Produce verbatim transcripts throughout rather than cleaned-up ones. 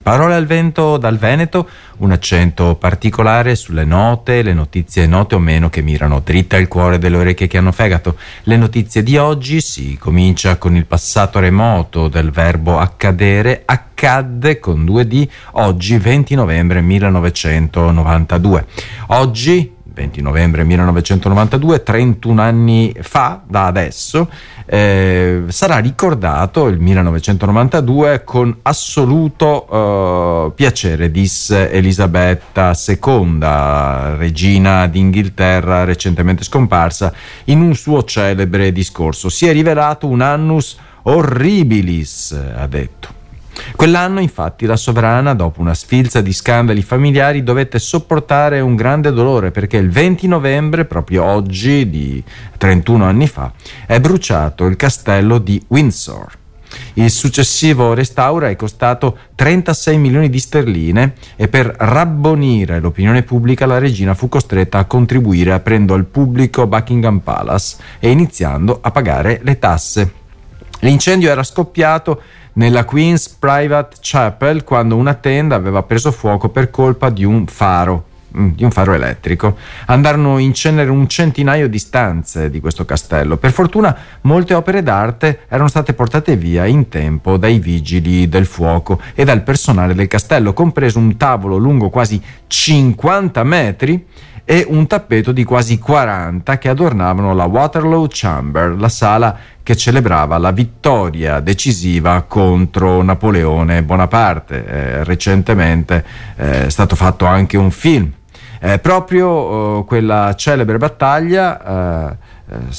Parole al vento dal Veneto, un accento particolare sulle note, le notizie note o meno che mirano dritte al cuore delle orecchie che hanno fegato. Le notizie di oggi si comincia con il passato remoto del verbo accadere, accadde con due D, oggi venti novembre millenovecentonovantadue. Oggi venti novembre millenovecentonovantadue, trentuno anni fa da adesso, eh, sarà ricordato il millenovecentonovantadue con assoluto eh, piacere, disse Elisabetta seconda, regina d'Inghilterra recentemente scomparsa, in un suo celebre discorso. Si è rivelato un annus horribilis, ha detto. Quell'anno, infatti, la sovrana, dopo una sfilza di scandali familiari, dovette sopportare un grande dolore perché il venti novembre, proprio oggi, di trentuno anni fa, è bruciato il castello di Windsor. Il successivo restauro è costato trentasei milioni di sterline e per rabbonire l'opinione pubblica la regina fu costretta a contribuire aprendo al pubblico Buckingham Palace e iniziando a pagare le tasse. L'incendio era scoppiato nella Queen's Private Chapel quando una tenda aveva preso fuoco per colpa di un faro, di un faro elettrico. Andarono in cenere un centinaio di stanze di questo castello. Per fortuna molte opere d'arte erano state portate via in tempo dai vigili del fuoco e dal personale del castello, compreso un tavolo lungo quasi cinquanta metri e un tappeto di quasi quaranta che adornavano la Waterloo Chamber, la sala che celebrava la vittoria decisiva contro Napoleone Bonaparte. Eh, recentemente eh, è stato fatto anche un film. Eh, proprio eh, quella celebre battaglia, eh,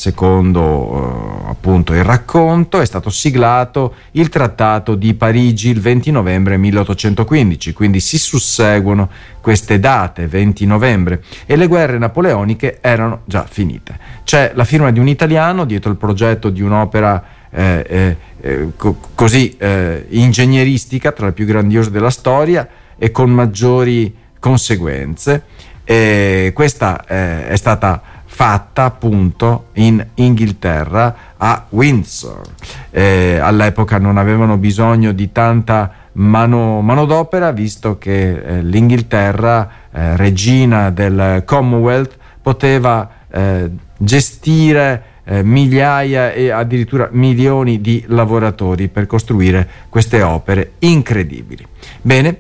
secondo eh, appunto il racconto, è stato siglato il Trattato di Parigi il venti novembre milleottocentoquindici, quindi si susseguono queste date, venti novembre, e le guerre napoleoniche erano già finite. C'è la firma di un italiano dietro il progetto di un'opera eh, eh, eh, co- così eh, ingegneristica, tra le più grandiose della storia e con maggiori conseguenze. E questa eh, è stata fatta appunto in Inghilterra, a Windsor. Eh, all'epoca non avevano bisogno di tanta mano, manodopera, visto che eh, l'Inghilterra, eh, regina del Commonwealth, poteva eh, gestire eh, migliaia e addirittura milioni di lavoratori per costruire queste opere incredibili. Bene,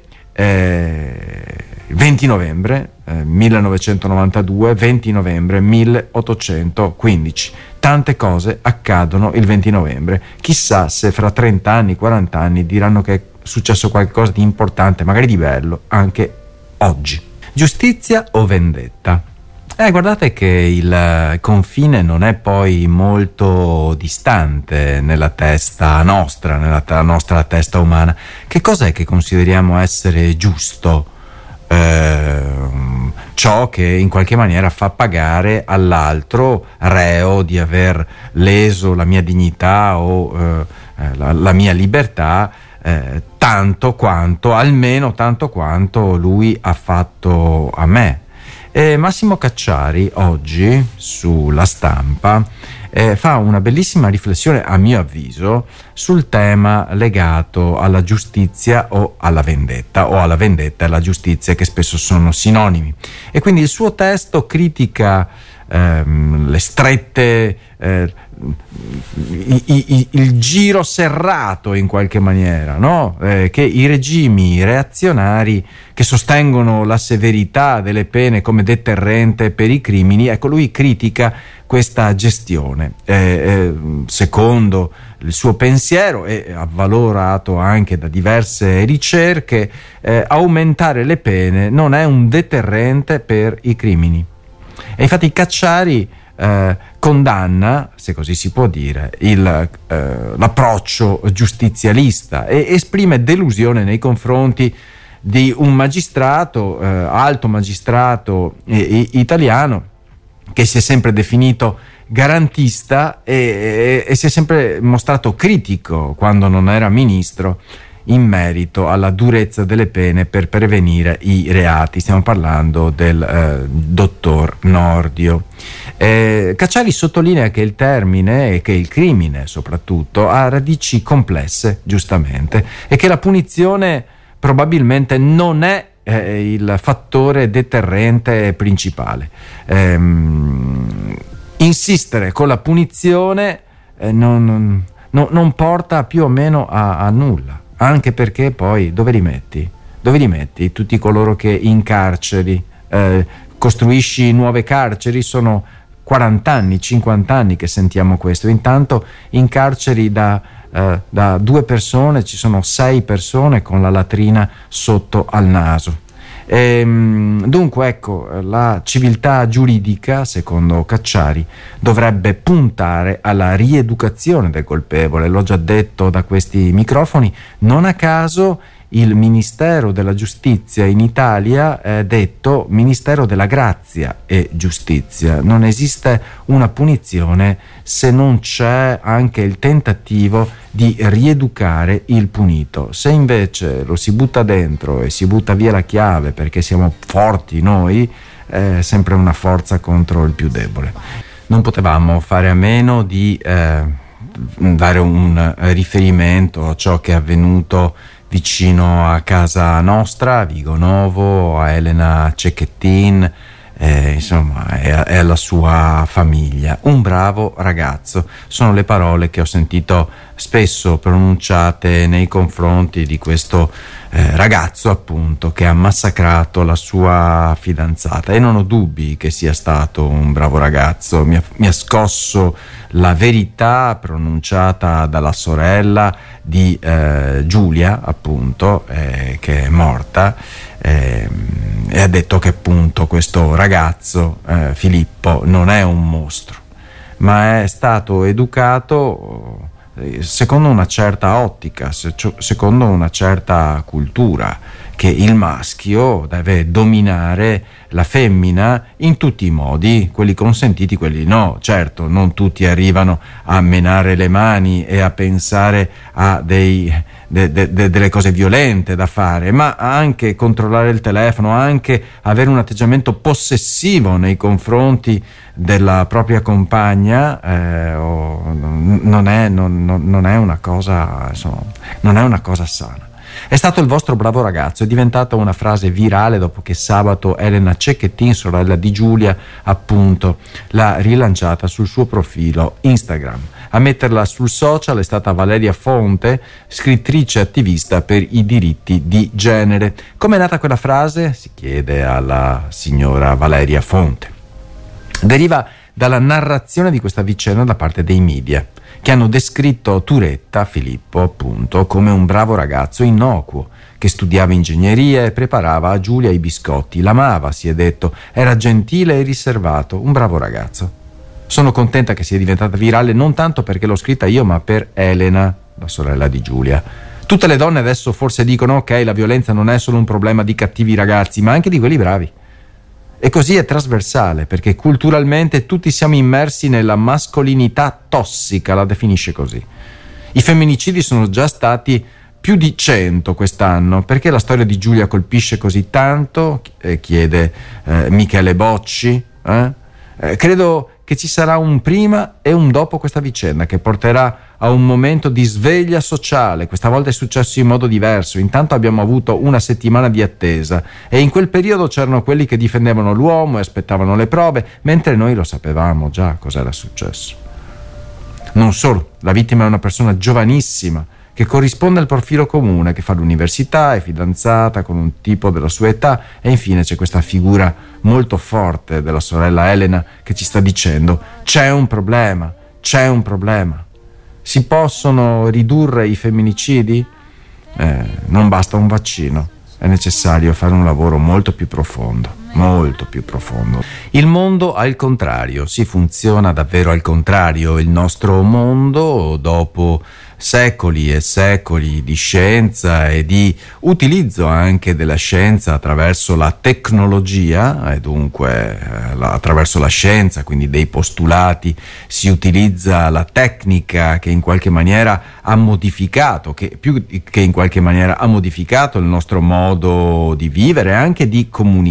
eh, venti novembre eh, millenovecentonovantadue, venti novembre milleottocentoquindici. Tante cose accadono il venti novembre. Chissà se fra trenta anni, quaranta anni diranno che è successo qualcosa di importante, magari di bello, anche oggi. Giustizia o vendetta? Eh, guardate che il confine non è poi molto distante nella testa nostra, nella t- nostra testa umana. Che cos'è che consideriamo essere giusto? Eh, ciò che in qualche maniera fa pagare all'altro reo di aver leso la mia dignità o eh, la, la mia libertà eh, tanto quanto, almeno tanto quanto lui ha fatto a me. E Massimo Cacciari oggi sulla Stampa eh, fa una bellissima riflessione, a mio avviso, sul tema legato alla giustizia o alla vendetta, o alla vendetta e alla giustizia, che spesso sono sinonimi. E quindi il suo testo critica ehm, le strette, eh, i, i, il giro serrato in qualche maniera, no? Eh, che i regimi reazionari che sostengono la severità delle pene come deterrente per i crimini, ecco, lui critica questa gestione. Eh, eh, secondo il suo pensiero, e avvalorato anche da diverse ricerche, eh, aumentare le pene non è un deterrente per i crimini. E infatti Cacciari eh, condanna, se così si può dire, il, eh, l'approccio giustizialista e esprime delusione nei confronti di un magistrato, eh, alto magistrato eh, italiano, che si è sempre definito garantista e, e, e si è sempre mostrato critico, quando non era ministro, in merito alla durezza delle pene per prevenire i reati. Stiamo parlando del eh, dottor Nordio. Eh, Cacciari sottolinea che il termine e che il crimine soprattutto ha radici complesse, giustamente, e che la punizione probabilmente non è eh, il fattore deterrente principale. Ehm, insistere con la punizione eh, non, non, non porta più o meno a, a nulla, anche perché poi dove li metti? Dove li metti tutti coloro che in carceri eh, costruisci nuove carceri? Sono quaranta anni, cinquanta anni che sentiamo questo. Intanto in carceri da, eh, da due persone ci sono sei persone con la latrina sotto al naso. E, dunque ecco, la civiltà giuridica, secondo Cacciari, dovrebbe puntare alla rieducazione del colpevole. L'ho già detto da questi microfoni, non a caso il Ministero della Giustizia in Italia è detto Ministero della Grazia e Giustizia. Non esiste una punizione se non c'è anche il tentativo di rieducare il punito. Se invece lo si butta dentro e si butta via la chiave perché siamo forti noi, è sempre una forza contro il più debole. Non potevamo fare a meno di eh, dare un riferimento a ciò che è avvenuto vicino a casa nostra, a Vigo Novo, a Elena Cecchettin, eh, insomma, e, e alla sua famiglia. Un bravo ragazzo, sono le parole che ho sentito spesso pronunciate nei confronti di questo eh, ragazzo, appunto, che ha massacrato la sua fidanzata, e non ho dubbi che sia stato un bravo ragazzo. Mi ha, mi ha scosso la verità pronunciata dalla sorella di eh, Giulia, appunto, eh, che è morta, eh, e ha detto che appunto questo ragazzo, eh, Filippo, non è un mostro, ma è stato educato secondo una certa ottica, secondo una certa cultura, che il maschio deve dominare la femmina in tutti i modi, quelli consentiti, quelli no. Certo, non tutti arrivano a menare le mani e a pensare a dei, de, de, de, delle cose violente da fare, ma anche controllare il telefono, anche avere un atteggiamento possessivo nei confronti della propria compagna, eh, o, non, è, non, non è una cosa, insomma, non è una cosa sana. È stato il vostro bravo ragazzo, è diventata una frase virale dopo che sabato Elena Cecchettin, sorella di Giulia, appunto, l'ha rilanciata sul suo profilo Instagram. A metterla sul social è stata Valeria Fonte, scrittrice attivista per i diritti di genere. Com'è nata quella frase? Si chiede alla signora Valeria Fonte. Deriva dalla narrazione di questa vicenda da parte dei media, che hanno descritto Turetta, Filippo appunto, come un bravo ragazzo innocuo, che studiava ingegneria e preparava a Giulia i biscotti, l'amava, si è detto, era gentile e riservato, un bravo ragazzo. Sono contenta che sia diventata virale non tanto perché l'ho scritta io, ma per Elena, la sorella di Giulia. Tutte le donne adesso forse dicono ok, la violenza non è solo un problema di cattivi ragazzi, ma anche di quelli bravi. E così è trasversale, perché culturalmente tutti siamo immersi nella mascolinità tossica, la definisce così. I femminicidi sono già stati più di cento quest'anno. Perché la storia di Giulia colpisce così tanto? Eh, chiede eh, Michele Bocci. Eh? Eh, credo che ci sarà un prima e un dopo questa vicenda, che porterà a un momento di sveglia sociale. Questa volta è successo in modo diverso. Intanto abbiamo avuto una settimana di attesa, e in quel periodo c'erano quelli che difendevano l'uomo e aspettavano le prove, mentre noi lo sapevamo già cosa era successo. Non solo, la vittima è una persona giovanissima che corrisponde al profilo comune, che fa l'università, è fidanzata con un tipo della sua età, e infine c'è questa figura molto forte della sorella Elena che ci sta dicendo c'è un problema, c'è un problema. Si possono ridurre i femminicidi? Eh, non basta un vaccino, è necessario fare un lavoro molto più profondo, molto più profondo. Il mondo al contrario, si funziona davvero al contrario. Il nostro mondo, dopo secoli e secoli di scienza e di utilizzo anche della scienza attraverso la tecnologia, e dunque eh, la, attraverso la scienza, quindi dei postulati, si utilizza la tecnica che in qualche maniera ha modificato, che più che in qualche maniera ha modificato il nostro modo di vivere e anche di comunicare.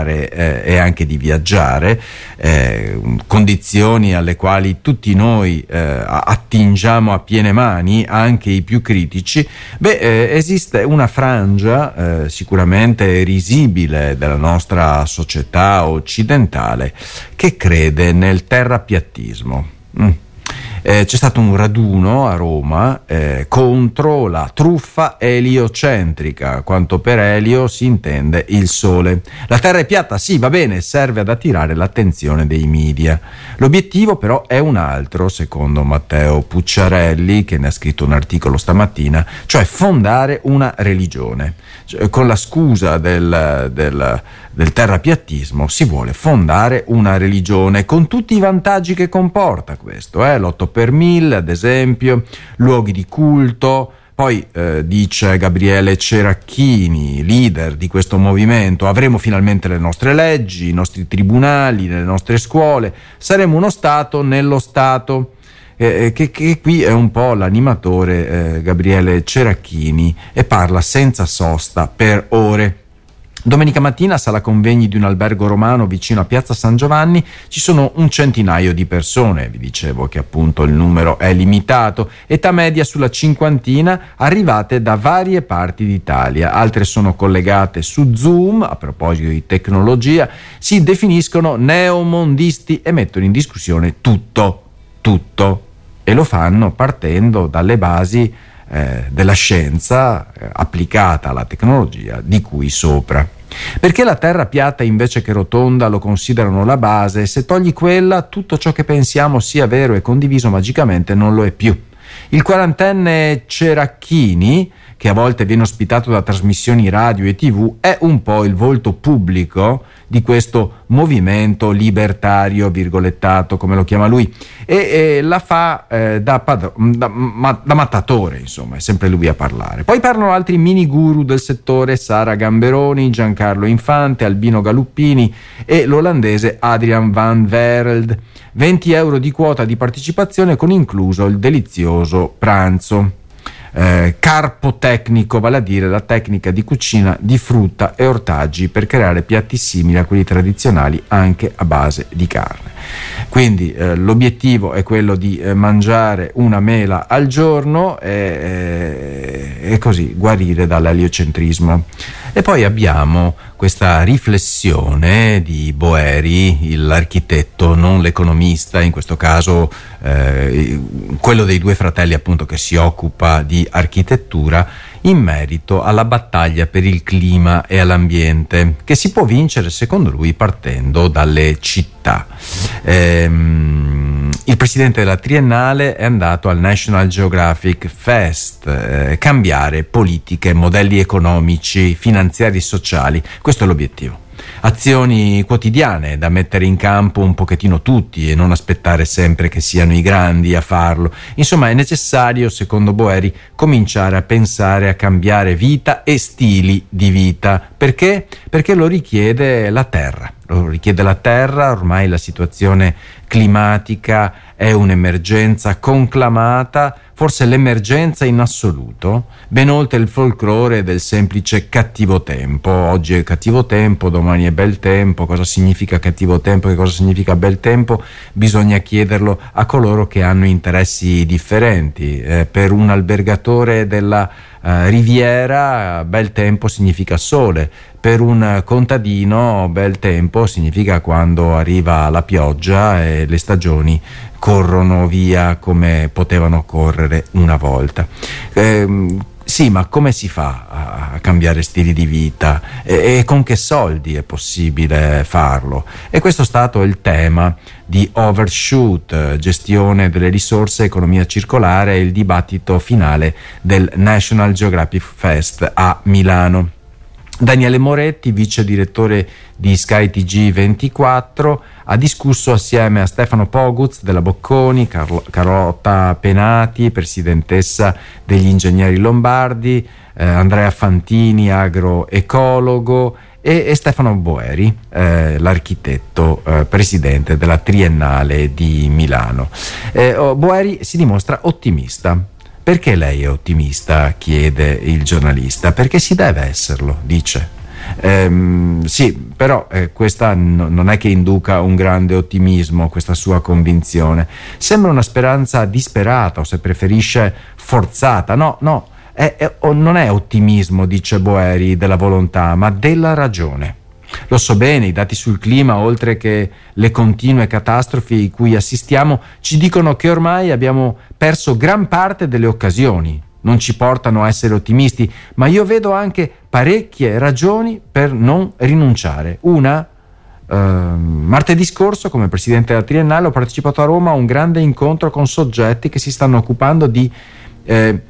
lavorare eh, e anche di viaggiare, eh, condizioni alle quali tutti noi eh, attingiamo a piene mani, anche i più critici. Beh, eh, esiste una frangia eh, sicuramente risibile della nostra società occidentale che crede nel terrapiattismo. Mm. Eh, c'è stato un raduno a Roma eh, contro la truffa eliocentrica, quanto per elio si intende il sole. La terra è piatta, sì, va bene, serve ad attirare l'attenzione dei media. L'obiettivo però è un altro, secondo Matteo Pucciarelli, che ne ha scritto un articolo stamattina, cioè fondare una religione. Cioè, con la scusa del, del, del terrapiattismo si vuole fondare una religione con tutti i vantaggi che comporta questo, eh? l'otto per mille ad esempio, luoghi di culto. Poi eh, dice Gabriele Ceracchini, leader di questo movimento, avremo finalmente le nostre leggi, i nostri tribunali, le nostre scuole, saremo uno Stato nello Stato. Eh, che, che qui è un po' l'animatore eh, Gabriele Ceracchini, e parla senza sosta per ore. Domenica mattina a sala convegni di un albergo romano vicino a Piazza San Giovanni ci sono un centinaio di persone, vi dicevo che appunto il numero è limitato, età media sulla cinquantina, arrivate da varie parti d'Italia, altre sono collegate su Zoom. A proposito di tecnologia, si definiscono neomondisti e mettono in discussione tutto, tutto, e lo fanno partendo dalle basi eh, della scienza eh, applicata alla tecnologia di cui sopra. Perché la terra piatta invece che rotonda lo considerano la base, e se togli quella tutto ciò che pensiamo sia vero e condiviso magicamente non lo è più. Il quarantenne Ceracchini, che a volte viene ospitato da trasmissioni radio e tv, è un po' il volto pubblico di questo movimento libertario, virgolettato, come lo chiama lui, e, e la fa eh, da, padro, da, ma, da mattatore, insomma, è sempre lui a parlare. Poi parlano altri mini guru del settore, Sara Gamberoni, Giancarlo Infante, Albino Galuppini e l'olandese Adrian van Vereld. venti euro di quota di partecipazione con incluso il delizioso pranzo. Eh, carpo tecnico, vale a dire la tecnica di cucina di frutta e ortaggi per creare piatti simili a quelli tradizionali anche a base di carne. Quindi eh, l'obiettivo è quello di eh, mangiare una mela al giorno e, e, e così guarire dall'eliocentrismo. E poi abbiamo questa riflessione di Boeri, l'architetto, non l'economista, in questo caso eh, quello dei due fratelli appunto che si occupa di architettura, in merito alla battaglia per il clima e all'ambiente, che si può vincere secondo lui partendo dalle città. Ehm, il presidente della Triennale è andato al National Geographic Fest, eh, cambiare politiche, modelli economici, finanziari e sociali, questo è l'obiettivo. Azioni quotidiane da mettere in campo un pochettino tutti e non aspettare sempre che siano i grandi a farlo. Insomma, è necessario, secondo Boeri, cominciare a pensare a cambiare vita e stili di vita. Perché? Perché lo richiede la terra. Lo richiede la terra, ormai la situazione climatica è un'emergenza conclamata, forse l'emergenza in assoluto, ben oltre il folklore del semplice cattivo tempo. Oggi è cattivo tempo, domani è bel tempo. Cosa significa cattivo tempo, che cosa significa bel tempo? Bisogna chiederlo a coloro che hanno interessi differenti. Eh, per un albergatore della eh, Riviera bel tempo significa sole, per un contadino bel tempo significa quando arriva la pioggia e le stagioni corrono via come potevano correre una volta. Eh, sì, ma come si fa a cambiare stili di vita e, e con che soldi è possibile farlo? E questo è stato il tema di Overshoot, gestione delle risorse, economia circolare, e il dibattito finale del National Geographic Fest a Milano. Daniele Moretti, vice direttore di Sky T G ventiquattro, ha discusso assieme a Stefano Poguz della Bocconi, Carlo, Carlotta Penati, presidentessa degli Ingegneri Lombardi, eh, Andrea Fantini, agroecologo, e, e Stefano Boeri, eh, l'architetto, eh, presidente della Triennale di Milano. Eh, oh, Boeri si dimostra ottimista. Perché lei è ottimista? Chiede il giornalista. Perché si deve esserlo, dice. Ehm, sì, però eh, questa no, non è che induca un grande ottimismo, questa sua convinzione. Sembra una speranza disperata, o se preferisce forzata. No, no, è, è, non è ottimismo, dice Boeri, della volontà, ma della ragione. Lo so bene, i dati sul clima, oltre che le continue catastrofi cui assistiamo, ci dicono che ormai abbiamo perso gran parte delle occasioni. Non ci portano a essere ottimisti, ma io vedo anche parecchie ragioni per non rinunciare. Una, eh, martedì scorso, come presidente della Triennale, ho partecipato a Roma a un grande incontro con soggetti che si stanno occupando di eh,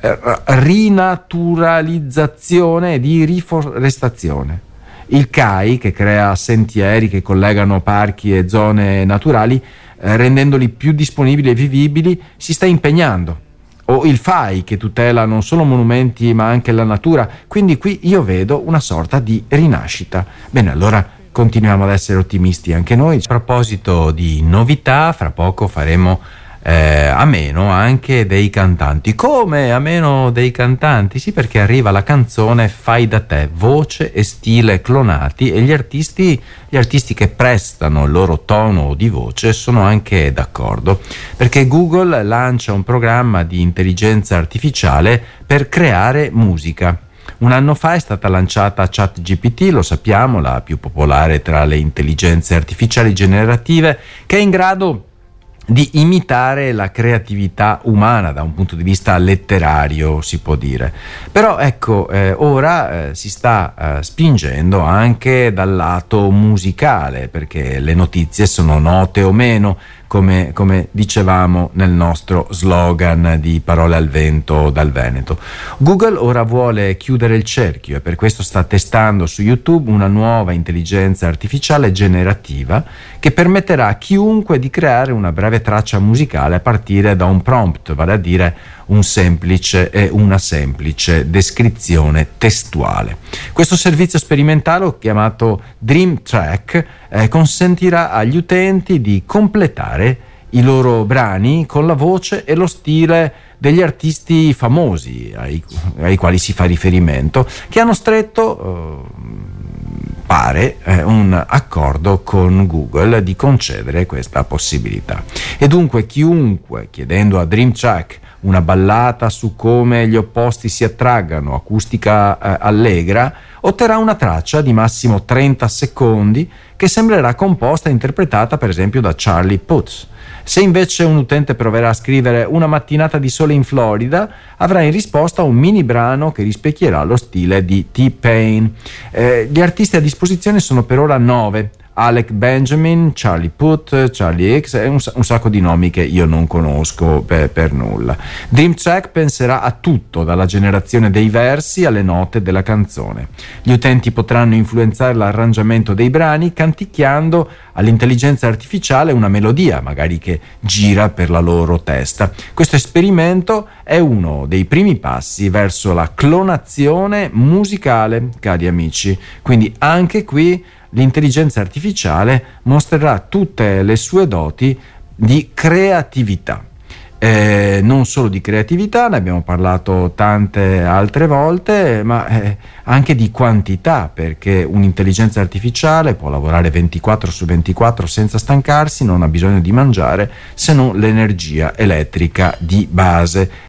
rinaturalizzazione e di riforestazione. Il C A I, che crea sentieri che collegano parchi e zone naturali, eh, rendendoli più disponibili e vivibili, si sta impegnando. O il F A I, che tutela non solo monumenti ma anche la natura. Quindi qui io vedo una sorta di rinascita. Bene, allora continuiamo ad essere ottimisti anche noi. A proposito di novità, fra poco faremo Eh, a meno anche dei cantanti. Come a meno dei cantanti? Sì, perché arriva la canzone Fai da te, voce e stile clonati, e gli artisti, gli artisti che prestano il loro tono di voce sono anche d'accordo, perché Google lancia un programma di intelligenza artificiale per creare musica. Un anno fa è stata lanciata ChatGPT, lo sappiamo, la più popolare tra le intelligenze artificiali generative, che è in grado di imitare la creatività umana da un punto di vista letterario, si può dire. Però ecco, eh, ora eh, si sta eh, spingendo anche dal lato musicale, perché le notizie sono note o meno, come, come dicevamo nel nostro slogan di Parole al vento dal Veneto. Google ora vuole chiudere il cerchio e per questo sta testando su YouTube una nuova intelligenza artificiale generativa che permetterà a chiunque di creare una breve traccia musicale a partire da un prompt, vale a dire un semplice e una semplice descrizione testuale. Questo servizio sperimentale, chiamato Dream Track, eh, consentirà agli utenti di completare i loro brani con la voce e lo stile degli artisti famosi ai, ai quali si fa riferimento, che hanno stretto eh, pare eh, un accordo con Google di concedere questa possibilità. E dunque chiunque, chiedendo a Dream Track una ballata su come gli opposti si attraggano, acustica eh, allegra, otterrà una traccia di massimo trenta secondi che sembrerà composta e interpretata per esempio da Charlie Puth. Se invece un utente proverà a scrivere Una mattinata di sole in Florida, avrà in risposta un mini brano che rispecchierà lo stile di T-Pain. Eh, gli artisti a disposizione sono per ora nove: Alec Benjamin, Charlie Puth, Charlie X e un, un sacco di nomi che io non conosco per, per nulla. Dream Track penserà a tutto, dalla generazione dei versi alle note della canzone. Gli utenti potranno influenzare l'arrangiamento dei brani canticchiando all'intelligenza artificiale una melodia, magari che gira per la loro testa. Questo esperimento è uno dei primi passi verso la clonazione musicale, cari amici. Quindi anche qui l'intelligenza artificiale mostrerà tutte le sue doti di creatività. Eh, non solo di creatività, ne abbiamo parlato tante altre volte, ma eh, anche di quantità, perché un'intelligenza artificiale può lavorare ventiquattro su ventiquattro senza stancarsi, non ha bisogno di mangiare se non l'energia elettrica di base.